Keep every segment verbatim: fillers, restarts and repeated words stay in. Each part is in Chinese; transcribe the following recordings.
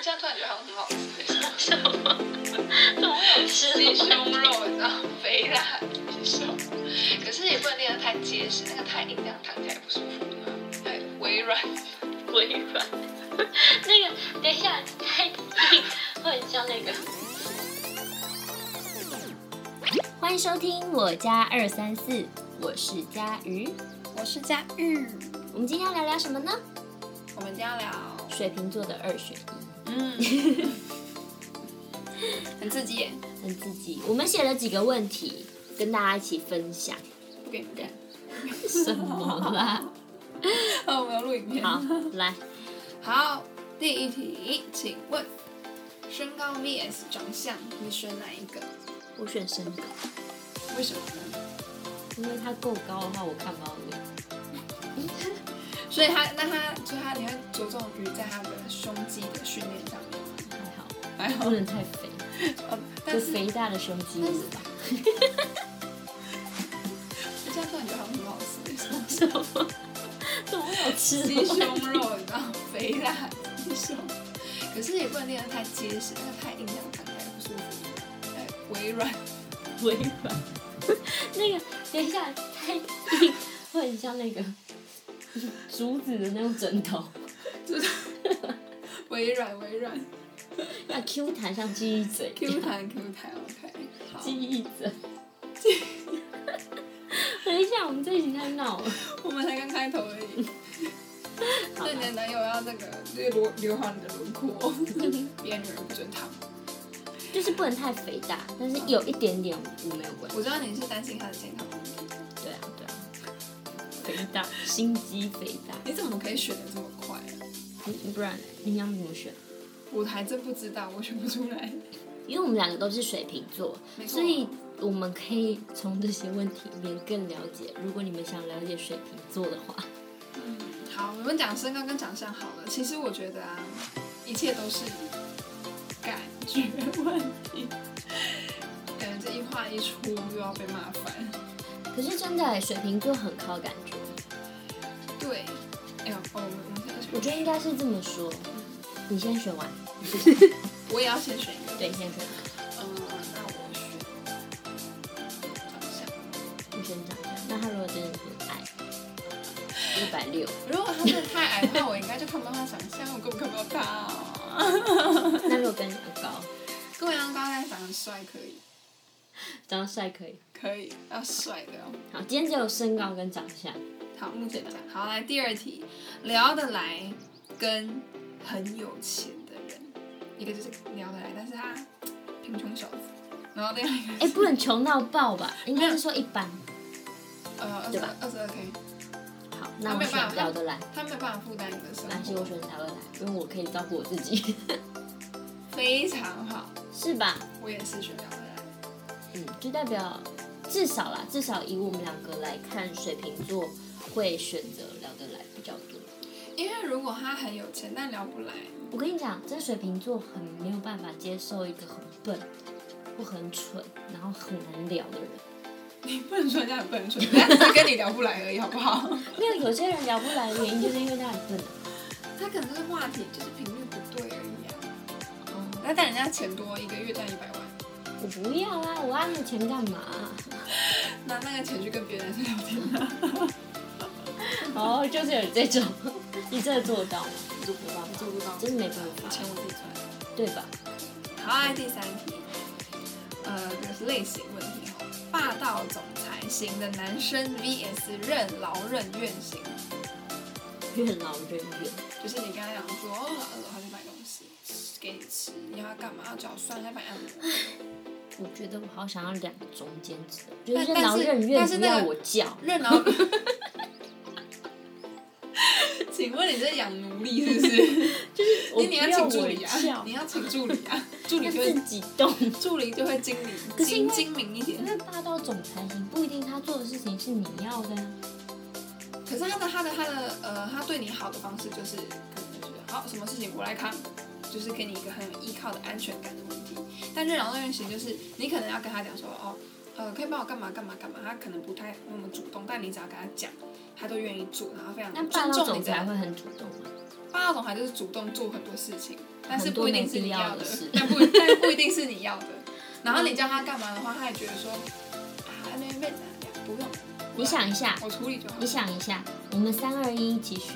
这样突然觉得好像很好吃。 什么？怎么会有吃？ 鸡胸肉，你知道，肥辣鸡胸，可是也不能练得太结实，那个太硬，这样躺起来不舒服。对，微软， 微软。那个，等一下，太硬，会很像那个。欢迎收听我家二三四，我是佳瑜， 我是佳玉。 我们今天要聊聊什么呢？ 我们今天要聊水瓶座的二选一。 嗯，很刺激耶， 很刺激。我们写了几个问题，跟大家一起分享。 不给你们看。 什么啦？ 哦，我们要录影片。 好，来。 好，第一题，请问身高 V S 长相，你选哪一个？ 我选身高。 为什么呢？ 因为他够高的话，我看不到脸。 所以他，那他，所以他，你会着重于在他的胸肌的训练上面吗？ 还好， 还好， 不能太肥。 哦， 就肥大的胸肌是吧？ 我这样突然觉得好像很好吃。 什么？怎么会有吃？ 鸡胸肉，你知道，肥辣鸡胸，可是也不能练得太结实，那个太硬，这样躺起来不舒服。哎，微软， 微软。那个，等一下，太硬，会很像那个竹子的那种枕头。 微软，微软。 要 Q 弹像记忆嘴。 Q 弹 Q 弹 OK。 记忆嘴。等一下，我们这一集太闹了。 我们才刚开头而已。所以你的男友要那个留留好你的轮廓，别的女人不准烫。 就是不能太肥大，但是有一点点我没有关系。 我知道你是担心他的健康问题。 对啊，对啊。肥大，心肌肥大。 你怎么可以选得这么快啊？ 你不然你要怎么选？ 我还真不知道，我选不出来。 因为我们两个都是水瓶座，所以我们可以从这些问题里面更了解。如果你们想了解水瓶座的话， 嗯，好，我们讲身高跟长相好了。其实我觉得啊，一切都是感觉问题。感觉这一话一出又要被骂翻。 可是真的，水瓶座很靠感觉。 对，哎呦，哦，我们现在选。 我觉得应该是这么说。你先选完。 我也要先选一个。 对，先选一个。 嗯，那我选长相。 你选长相。那他如果真的很矮，一百六。 如果他真的太矮的话，我应该就看不到他长相，我根本看不到他哦。 那如果跟你一样高？ 跟我一样高，但长得帅可以。 长得帅可以。 可以，要帅的哦。 好，今天只有身高跟长相。 好，目前这样。好，来第二题，聊得来跟很有钱的人，一个就是聊得来，但是他贫穷小子，然后另外一个哎、欸，不能穷到爆吧？应该是说一般。 呃，二十二，二十二 K。 好，那我选聊得来。 他没有办法负担你的生活。 但是我选聊得来，因为我可以照顾我自己。 非常好。 是吧？ 我也是选聊得来。 嗯，就代表至少啦，至少以我们两个来看，水瓶座会选择聊得来比较多。 因为如果他很有钱但聊不来， 我跟你讲，这水瓶座很没有办法接受一个很笨或很蠢，然后很难聊的人。 你不能说人家很笨蠢，人家只是跟你聊不来而已，好不好？ 没有，有些人聊不来的原因就是因为他很笨。 他可能就是话题就是频率不对而已啊。嗯，那但人家钱多，一个月赚一百万。 我不要啊！我要那个钱干嘛？ 拿那个钱去跟别的男生聊天啊。 哦，就是有这种，你真的做得到吗？ 做不到，做不到， 真没办法。 钱我自己赚， 对吧？ 好，来第三题，呃，这个是类型问题哦。霸道总裁型的男生 V S 任劳任怨型。 任劳任怨， 就是你跟他讲说，哦，他就买东西给你吃，你要干嘛？要脚酸，他帮你按摩。 我觉得我好想要两个中间值，就是任劳任怨，不要我叫。 任劳。请问你在养奴隶是不是？ 就是你你要请助理啊，你要请助理啊，助理就会自己动， 助理就会精明，精精明一点。 因为霸道总裁型不一定他做的事情是你要的。 可是他的他的他的呃，他对你好的方式就是可能就是好，什么事情我来扛，就是给你一个很有依靠的安全感的问题。但任劳任怨型就是你可能要跟他讲说哦。呃，可以帮我干嘛干嘛干嘛，他可能不太那么主动，但你只要跟他讲，他都愿意做，然后非常尊重你。 那霸道总裁会很主动吗？ 霸道总裁就是主动做很多事情，但是不一定是你要的， 的但不但不一定是你要的。然后你叫他干嘛的话，他也觉得说啊，那边不用。 你想一下， 我处理就好。 你想一下，我们三二一一起选。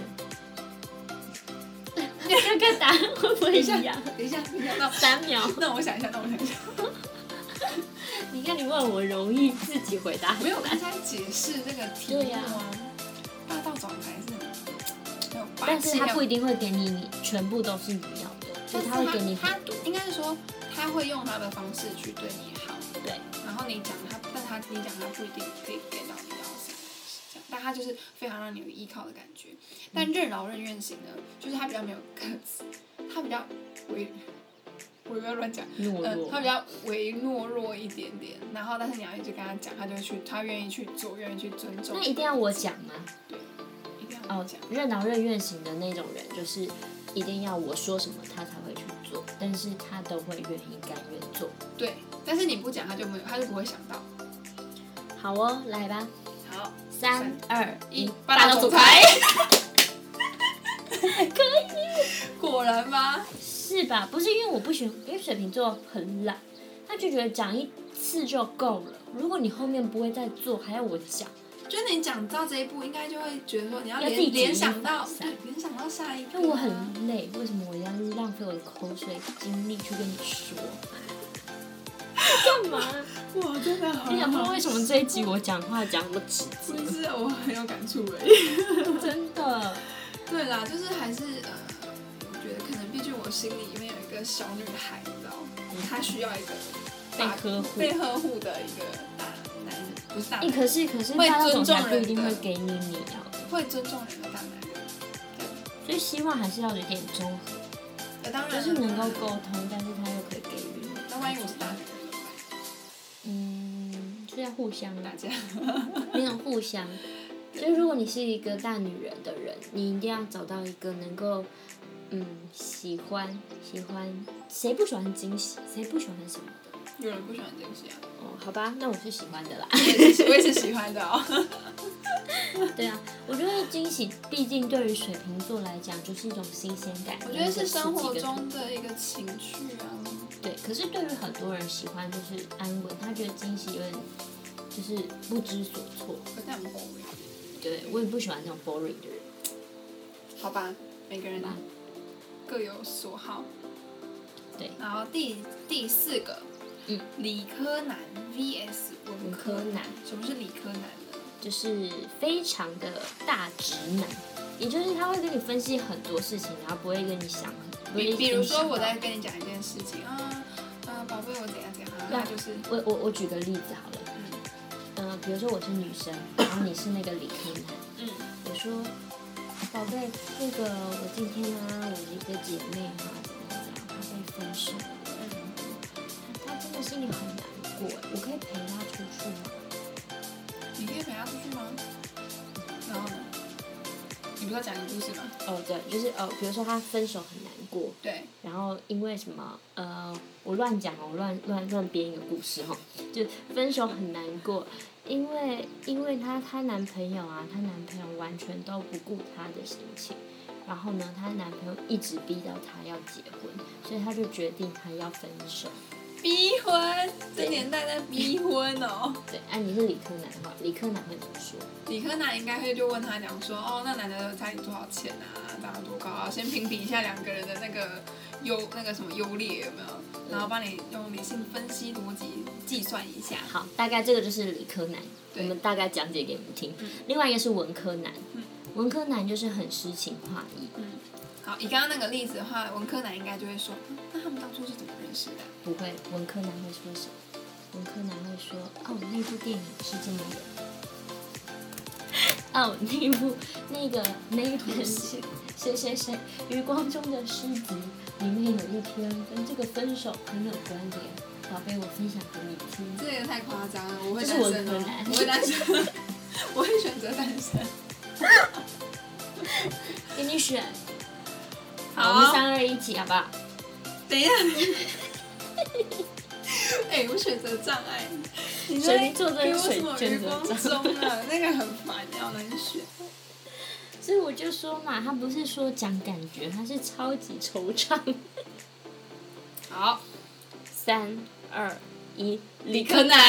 看看答案会不会一样？ 等一下，等一下，那三秒。 那我想一下，那我想一下。 你看你问我容易，自己回答。 没有，他在解释这个题目啊。霸道总裁是没有霸气， 但是他不一定会给你，你全部都是你要的，所以他会给你很多。 他应该是说，他会用他的方式去对你好。 对。 然后你讲他，但他你讲他不一定可以给到你要的，这样，但他就是非常让你有依靠的感觉。但任劳任怨型呢，就是他比较没有个子，他比较唯，我不要乱讲， 懦弱、 呃，他比较唯懦弱一点点。然后，但是你要一直跟他讲，他就会去，他愿意去做，愿意去尊重。 那一定要我讲吗？ 对，一定要我讲。 哦，任劳任怨型的那种人，就是一定要我说什么他才会去做，但是他都会愿意甘愿做。 对，但是你不讲，他就没有，他就不会想到。 好哦，来吧。 好， 三二一， 霸道总裁。 可以。 果然吗？ 是吧？不是因为我不喜欢，因为水瓶座很懒，他就觉得讲一次就够了。如果你后面不会再做，还要我讲， 就是你讲到这一步，应该就会觉得说你要要自己联想到，对，联想到下一步、啊。 那我很累，为什么我要浪费我的口水精力去跟你说？干嘛？ 哇，真的好。 你想说为什么这一集我讲话讲那么直接？ 不是，我很有感触而已。 真的。 对啦，就是还是呃，我觉得可能毕竟我心里面有一个小女孩，你知道，她需要一个被呵护、 被呵护的一个大男人，不是大男人。 可是可是会尊重人不一定会给你你要的。 会尊重人的大男人。 所以希望还是要有点综合。 呃，当然。 就是能够沟通，但是他又可以给予你。 那万一我是大男人怎么办？ 嗯，就要互相打架。 没有互相。所以如果你是一个大女人的人，你一定要找到一个能够，嗯，喜欢喜欢，谁不喜欢惊喜？谁不喜欢什么的？ 有人不喜欢惊喜啊。 哦，好吧，那我是喜欢的啦。 我也是，我也是喜欢的哦。 对啊，我觉得惊喜毕竟对于水瓶座来讲就是一种新鲜感。 我觉得是生活中的一个情趣啊。 对，可是对于很多人喜欢就是安稳，他觉得惊喜有点就是不知所措。 可是很 boring。 对，我也不喜欢那种 boring 的人。 好吧，每个人各有所好。 对。 然后第第四个， 嗯， 理科男 V S 文科男。什么是理科男呢？ 就是非常的大直男，也就是他会跟你分析很多事情，然后不会跟你想，不会比如说我在跟你讲一件事情啊，啊，宝贝，我怎样怎样，那就是我我我举个例子好了。嗯，比如说我是女生，然后你是那个理科男。 嗯。 我说，宝贝，那个我今天啊，我一个姐妹哈、啊，怎么怎样，她被分手了。嗯。她真的心里很难过，我可以陪她出去吗？ 你可以陪她出去吗？然后呢？你不是要讲一个故事吗？ 哦，对，就是哦，比如说她分手很难过。 对。 然后因为什么？呃，我乱讲哦，乱乱乱编一个故事哈、哦，就分手很难过。因为因为她她男朋友啊，她男朋友完全都不顾她的心情，然后呢，她男朋友一直逼到她要结婚，所以她就决定她要分手。 逼婚？这年代在逼婚哦。 对，哎、啊，你是理科男的话，理科男会怎么说？ 理科男应该会就问他讲说，哦，那男的家里多少钱啊，长得多高啊，先评比一下两个人的那个优那个什么优劣有没有，然后帮你用理性分析逻辑计算一下。 好，大概这个就是理科男，我们大概讲解给你们听。嗯、另外一个是文科男，嗯、文科男就是很诗情画意。 嗯，好，以刚刚那个例子的话，文科男应该就会说，嗯、那他们当初是怎么认识的？ 不会，文科男会说什么？文科男会说，哦，那部电影是这么演。哦，那部那个那一本谁谁谁余光中的诗集里面有一篇跟这个分手很有关联，宝贝，我分享给你听。 这个太夸张了，我会单身哦， 我会单身，我会选择单身。 给你选，好，我们三二一起，好不好？ 等一下。哎、欸，我选择障碍。你水瓶座的给我什么余光中啊？那个很烦，好难选。 所以我就说嘛，他不是说讲感觉，他是超级惆怅。 好， 三二一， 理科男。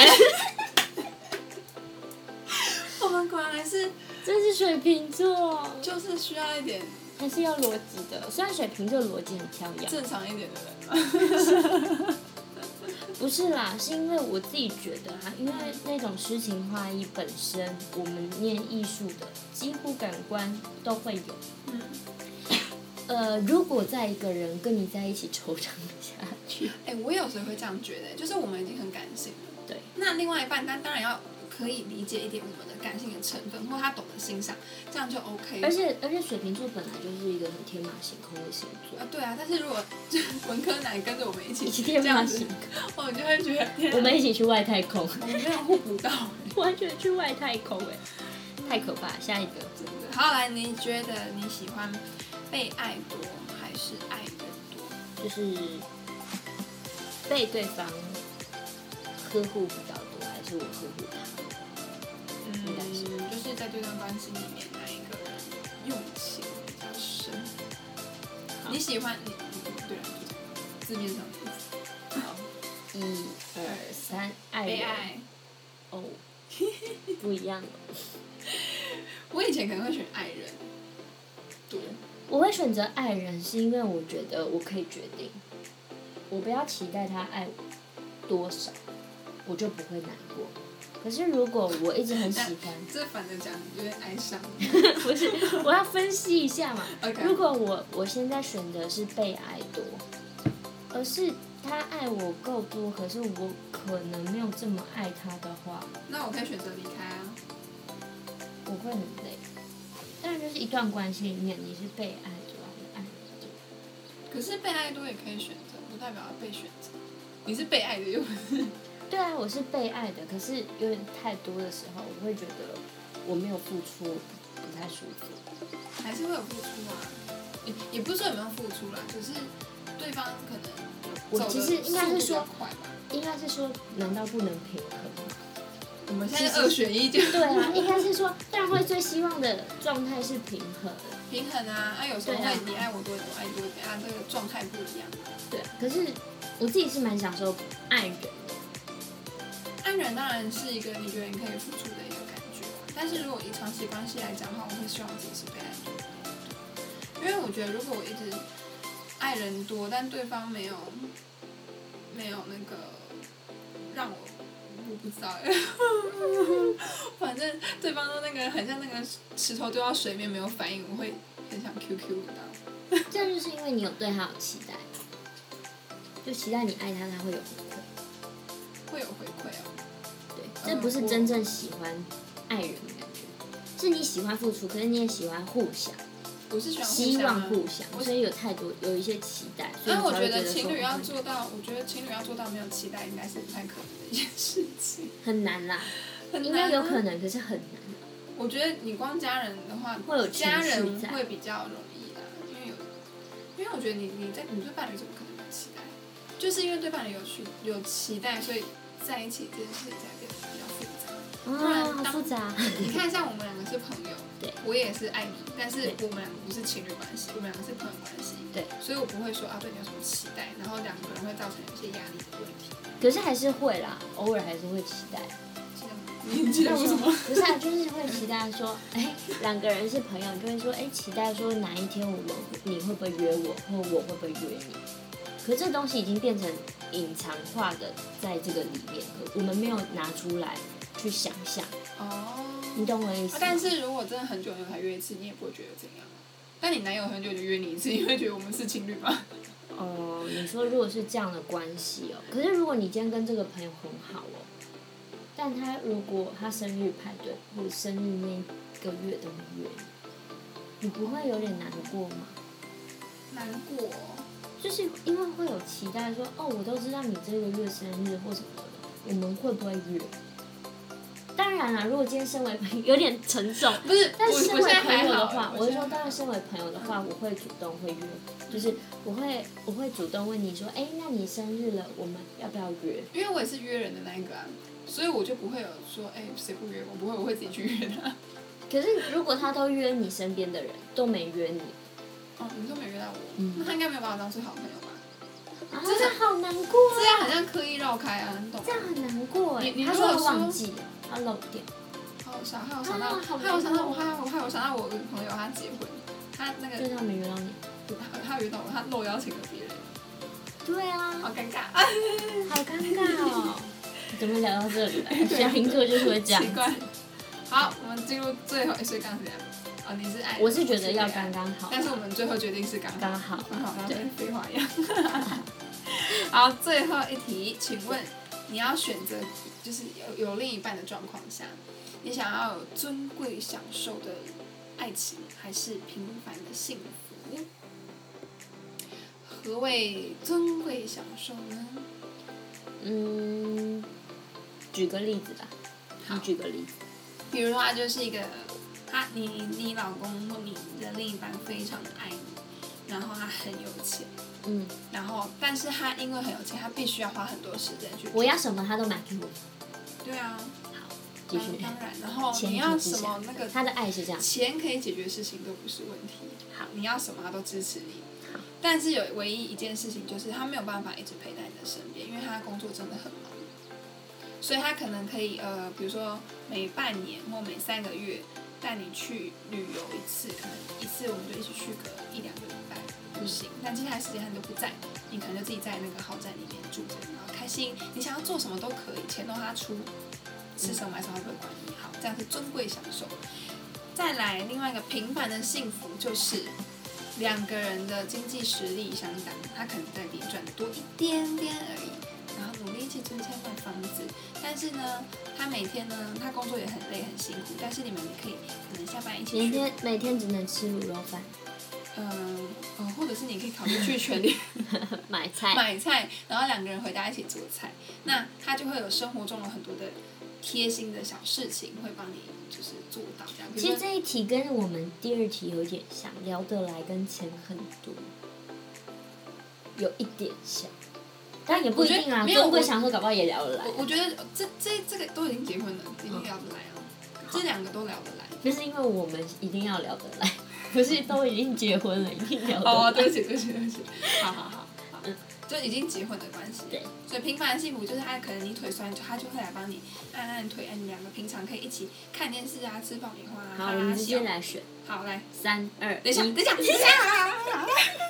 我们果然是， 这是水瓶座， 就是需要一点还是要逻辑的。虽然水瓶座逻辑很飘扬， 正常一点的人。 不是啦，是因为我自己觉得啊，因为那种诗情画意本身，我们念艺术的，几乎感官都会有。 嗯。 呃，如果在一个人跟你在一起惆怅下去， 哎、欸，我有时候会这样觉得，就是我们已经很感性了。 对。 那另外一半，但当然要可以理解一点我们的感性的成分，或他懂得欣赏，这样就 OK。 而且而且水瓶座本来就是一个很天马行空的星座。 啊，对啊，但是如果文科男跟着我们一起一起天马行空，我就会觉得我们一起去外太空， 我们没有互补到、欸， 完全去外太空哎、欸，太可怕。下一个， 真的。好，来，你觉得你喜欢被爱多还是爱人多？ 就是被对方呵护比较多，还是我呵护他？ 嗯，就是在这段关系里面，哪一个人用情比较深？你喜欢你？对啊，就字面上的意思。好， 一二三，爱人。 被爱。 哦，不一样了。 我以前可能会选爱人多。 我会选择爱人，是因为我觉得我可以决定，我不要期待他爱我多少，我就不会难过。可是如果我一直很喜欢， 这反着讲有点哀伤。 不是，我要分析一下嘛。 Okay. 如果我我现在选的是被爱多，而是他爱我够多，可是我可能没有这么爱他的话， 那我可以选择离开啊。 我会很累。当然，就是一段关系里面，你是被爱多还是爱人多？ 可是被爱多也可以选择，不代表要被选择。你是被爱的，又不是。 对啊，我是被爱的，可是有点太多的时候，我会觉得我没有付出，不太舒服。 还是会有付出啊，也也不是说有没有付出啦，只是对方可能我其实应该是说， 快吧， 应该是说，难道不能平衡吗？ 我们现在二选一就对啊，应该是说，当然会最希望的状态是平衡。 平衡啊，啊有时候会你爱我多一点，我爱多一点啊，这个状态不一样。 对，可是我自己是蛮享受爱人的。 爱人当然是一个你觉得你可以付出的一个感觉，但是如果以长期关系来讲的话，我会希望自己是被爱多的。因为我觉得如果我一直爱人多，但对方没有没有那个让我。我不知道哎，反正对方都那个很像那个石头丢到水面没有反应，我会很想 Q Q 的。 这样就是因为你有对他有期待，就期待你爱他，他会有回馈。 会有回馈哦。 对，这不是真正喜欢爱人的感觉，是你喜欢付出，可是你也喜欢互相。 我是喜欢希望互相，所以有太多有一些期待，所以但我觉得得情侣要做到，我觉得情侣要做到没有期待，应该是不太可能的一件事情。 很难啦， 很难、啊， 应该有可能，可是很难。 我觉得你光家人的话， 会有家人会比较容易啦，因为有，因为我觉得你你在你对伴侣怎么可能没有期待？就是因为对伴侣有去有期待，所以在一起这件事情才变得比较复杂。 不然当复杂。 你看，像我们两个是朋友， 对， 我也是爱你，但是我们两个不是情侣关系，我们两个是朋友关系， 对， 所以我不会说啊对你有什么期待，然后两个人会造成有些压力的问题。 可是还是会啦，偶尔还是会期待。 你记得什么？ 不是啊，就是会期待说，哎，两个人是朋友，你就会说，哎，期待说哪一天我们你会不会约我，或我会不会约你？可是这东西已经变成隐藏化的，在这个里面，我们没有拿出来去想象。 哦。 你懂我的意思？ 但是如果真的很久以后才约一次，你也不会觉得怎样。但你男友很久就约你一次，你会觉得我们是情侣吗？ 哦，你说如果是这样的关系哦，可是如果你今天跟这个朋友很好哦，但他如果他生日派对或者生日那个月都约你，你不会有点难过吗？ 难过。 就是因为会有期待说，哦，我都知道你这个月生日或什么的，我们会不会约？当然啦，如果今天身为朋友有点沉重， 不是， 但是身为朋友的话， 我我是说，当然身为朋友的话，我会主动会约，就是我会我会主动问你说，哎，那你生日了，我们要不要约？ 因为我也是约人的那一个啊，所以我就不会有说，哎，谁不约我？不会，我会自己去约他。 可是如果他都约你身边的人，都没约你， 哦，你都没约到我， 嗯那他应该没有把我当最好的朋友吧？ 啊，这样好难过这样好像刻意绕开啊，你懂吗？ 这样很难过哎。 你你他说他如果说忘记了，他漏掉。 好想，害我想到， 啊好害我想到， 难过我害我害我想到我有个朋友他结婚，他那个对他没约到你。 他他约到我，他漏邀请了别人， 对啊， 好尴尬， 好尴尬哦。怎么聊到这里来？水瓶座就是会这样。 奇怪。好，我们进入最后，所以刚刚是怎样？哦，你是爱， 我是觉得要刚刚好， 但是我们最后决定是刚好， 刚好， 刚好，像跟废话一样。好，最后一题，请问你要选择，就是有有另一半的状况下，你想要有尊贵享受的爱情，还是平凡的幸福？何谓尊贵享受呢？ 嗯，举个例子吧，你举个例子。 比如说，他就是一个，他你你老公或你的另一半非常的爱你，然后他很有钱， 嗯， 然后但是他因为很有钱，他必须要花很多时间去。 我要什么他都买给我。 对啊。 好，继续。 当然，然后你要什么那个， 他的爱是这样， 钱可以解决事情都不是问题。 好， 你要什么他都支持你。 好， 但是有唯一一件事情就是他没有办法一直陪在你的身边，因为他工作真的很忙。所以他可能可以呃，比如说每半年或每三个月带你去旅游一次，可能一次我们就一起去个一两个礼拜就行。但接下来时间他都不在，你可能就自己在那个豪宅里面住着，然后开心，你想要做什么都可以，钱都他出，吃什么买什么他不会管你。好，这样是尊贵享受。再来另外一个平凡的幸福就是两个人的经济实力相当，他可能在比你赚的多一点点而已。然后努力一起存钱买房子，但是呢，他每天呢，他工作也很累很辛苦，但是你们也可以可能下班一起去。 每天每天只能吃卤肉饭。 嗯，哦，或者是你可以考虑去全联买菜。 买菜，然后两个人回家一起做菜，那他就会有生活中有很多的贴心的小事情会帮你就是做到这样。 其实这一题跟我们第二题有点像，聊得来跟钱很多，有一点像。但也不一定啊，尊贵享受搞不好也聊得来。 我我觉得这这这个都已经结婚了，一定聊得来啊。这两个都聊得来。 就是因为我们一定要聊得来，不是都已经结婚了，一定聊得来。 哦，对不起，对不起，对不起。好好好，好，就已经结婚的关系。 对。 所以平凡的幸福就是他可能你腿酸，他就会来帮你按按腿，按你两个平常可以一起看电视啊，吃爆米花啊。 好，我们直接来选。 好，来， 三二一。 等一下，等一下，等一下。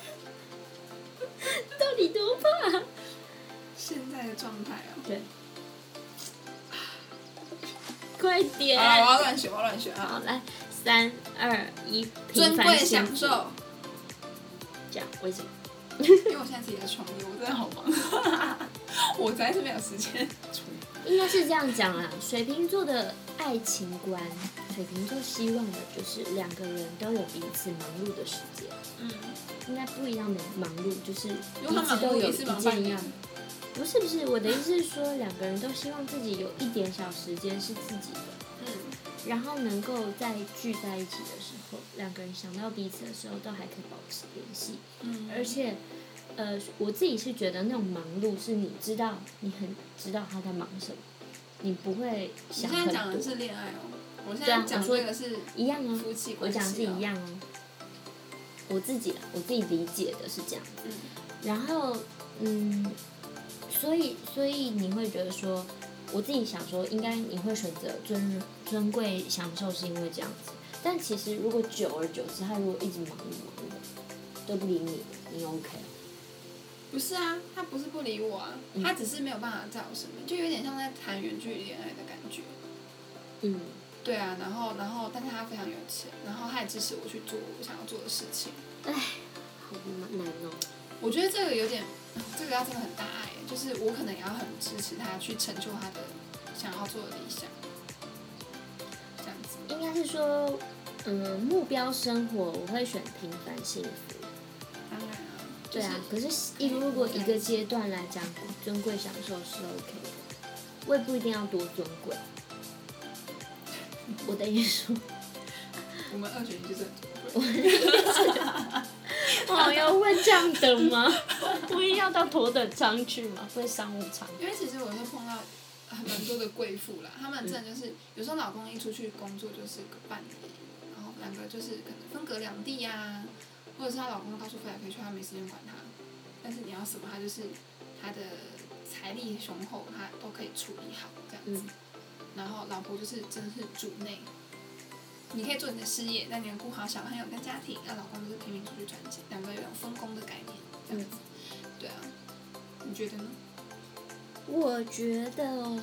到底多怕？ 现在的状态哦。 对。快点！ 啊，我要乱选，我要乱选啊！ 好，来，三二一， 尊贵享受。 这样，为什么？ 因为我现在自己在创业，我真的好忙，我实在是没有时间。 应该是这样讲啦，水瓶座的爱情观，水瓶座希望的就是两个人都有彼此忙碌的时间。 嗯。应该不一样的忙碌，就是彼此都有一件一样。不是不是，我的意思是说，两个人都希望自己有一点小时间是自己的， 嗯， 然后能够在聚在一起的时候，两个人想到彼此的时候，都还可以保持联系， 嗯， 而且，呃，我自己是觉得那种忙碌是你知道，你很知道他在忙什么，你不会想很多。 你现在讲的是恋爱哦，我现在讲这个是一样哦， 夫妻关系哦， 我讲的是一样哦。我自己啦，我自己理解的是这样子， 嗯， 然后，嗯。所以，所以你会觉得说，我自己想说，应该你会选择尊尊贵享受，是因为这样子。但其实，如果久而久之，他如果一直忙碌忙碌，都不理你，你 OK？ 不是啊，他不是不理我啊，嗯、他只是没有办法在我身边，就有点像在谈远距离恋爱的感觉。 嗯。 对啊，然后，然后，但是他非常有钱，然后他也支持我去做我想要做的事情。 唉，好难哦。 我觉得这个有点，这个要真的很大爱，就是我可能也要很支持他去成就他的想要做的理想，这样子。 应该是说，嗯，目标生活我会选平凡幸福。 当然啊。 对啊，可是如果一个阶段来讲，尊贵享受是 OK 的，我也不一定要多尊贵。我的意思说， 我们二选一就是很尊贵。 我的意思。哦，要问这样的吗？我也要到头等舱去吗？会商务舱？ 因为其实我是碰到蛮多的贵妇啦，他们真的就是有时候老公一出去工作就是个半年，然后两个就是可能分隔两地呀、啊，或者是她老公到处飞来飞去，她没时间管她，但是你要什么，她就是她的财力雄厚，她都可以处理好这样子。然后老婆就是真的是主内，你可以做你的事业，但你要顾好小朋友跟家庭，那老公就是拼命出去赚钱，两个有种分工的概念这样子。对啊，你觉得呢？ 我觉得，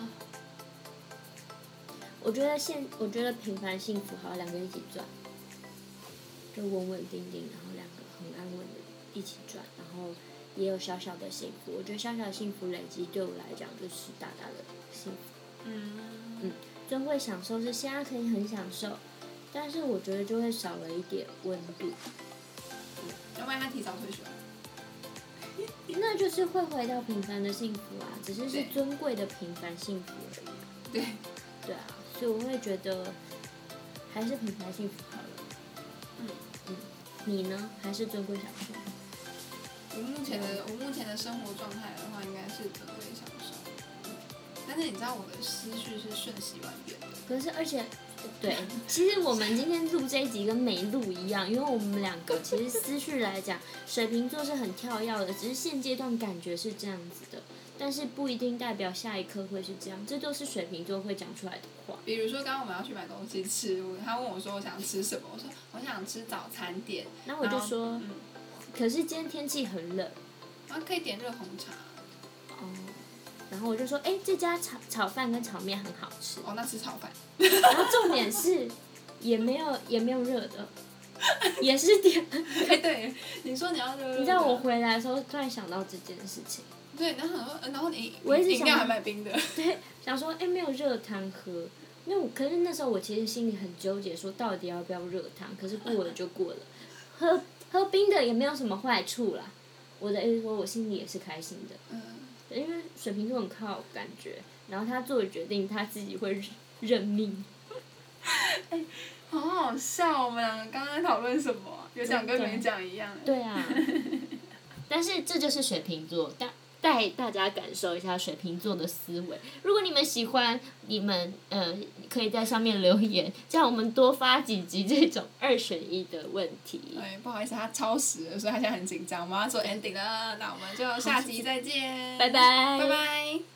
我觉得现，我觉得平凡幸福好，两个一起赚，就稳稳定定，然后两个很安稳的一起赚，然后也有小小的幸福。我觉得小小的幸福累积对我来讲就是大大的幸福。 嗯。 嗯，尊贵享受是现在可以很享受，但是我觉得就会少了一点温度。 嗯、要不然他提早退休。 那就是会回到平凡的幸福啊，只是是尊贵的平凡幸福而已、啊。 对。 对啊，所以我会觉得还是平凡幸福好了。 嗯嗯，你呢？还是尊贵享受？ 我目前的我目前的生活状态的话，应该是尊贵享受。嗯，但是你知道我的思绪是瞬息万变的。 可是而且。对，其实我们今天录这一集跟没录一样，因为我们两个其实思绪来讲，水瓶座是很跳跃的，只是现阶段感觉是这样子的，但是不一定代表下一刻会是这样，这都是水瓶座会讲出来的话。 比如说，刚刚我们要去买东西吃，他问我说我想吃什么，我说我想吃早餐店， 那我就说， 嗯、 可是今天天气很冷， 啊，可以点热红茶。 哦。然后我就说，哎，这家炒炒饭跟炒面很好吃。 哦，那吃炒饭。 然后重点是，也没有也没有热的，也是点。 对对，你说你要热热的。 你知道我回来的时候突然想到这件事情。 对，然后然后你我一直想饮料还买冰的。 对，想说哎没有热汤喝，那我可是那时候我其实心里很纠结，说到底要不要热汤，可是过了就过了，喝喝冰的也没有什么坏处啦。我的意思说，我心里也是开心的。 嗯。 因为水瓶座很靠感觉，然后他做的决定他自己会认命。 哎、欸，好好笑！我们两个刚刚讨论什么？有讲跟没讲一样。 对啊。但是这就是水瓶座，带带大家感受一下水瓶座的思维。如果你们喜欢，你们呃可以在上面留言，这样我们多发几集这种二选一的问题。 对，不好意思，他超时了，所以他现在很紧张。我们要做 ending 了，那我们就下集再见。 拜拜。 拜拜。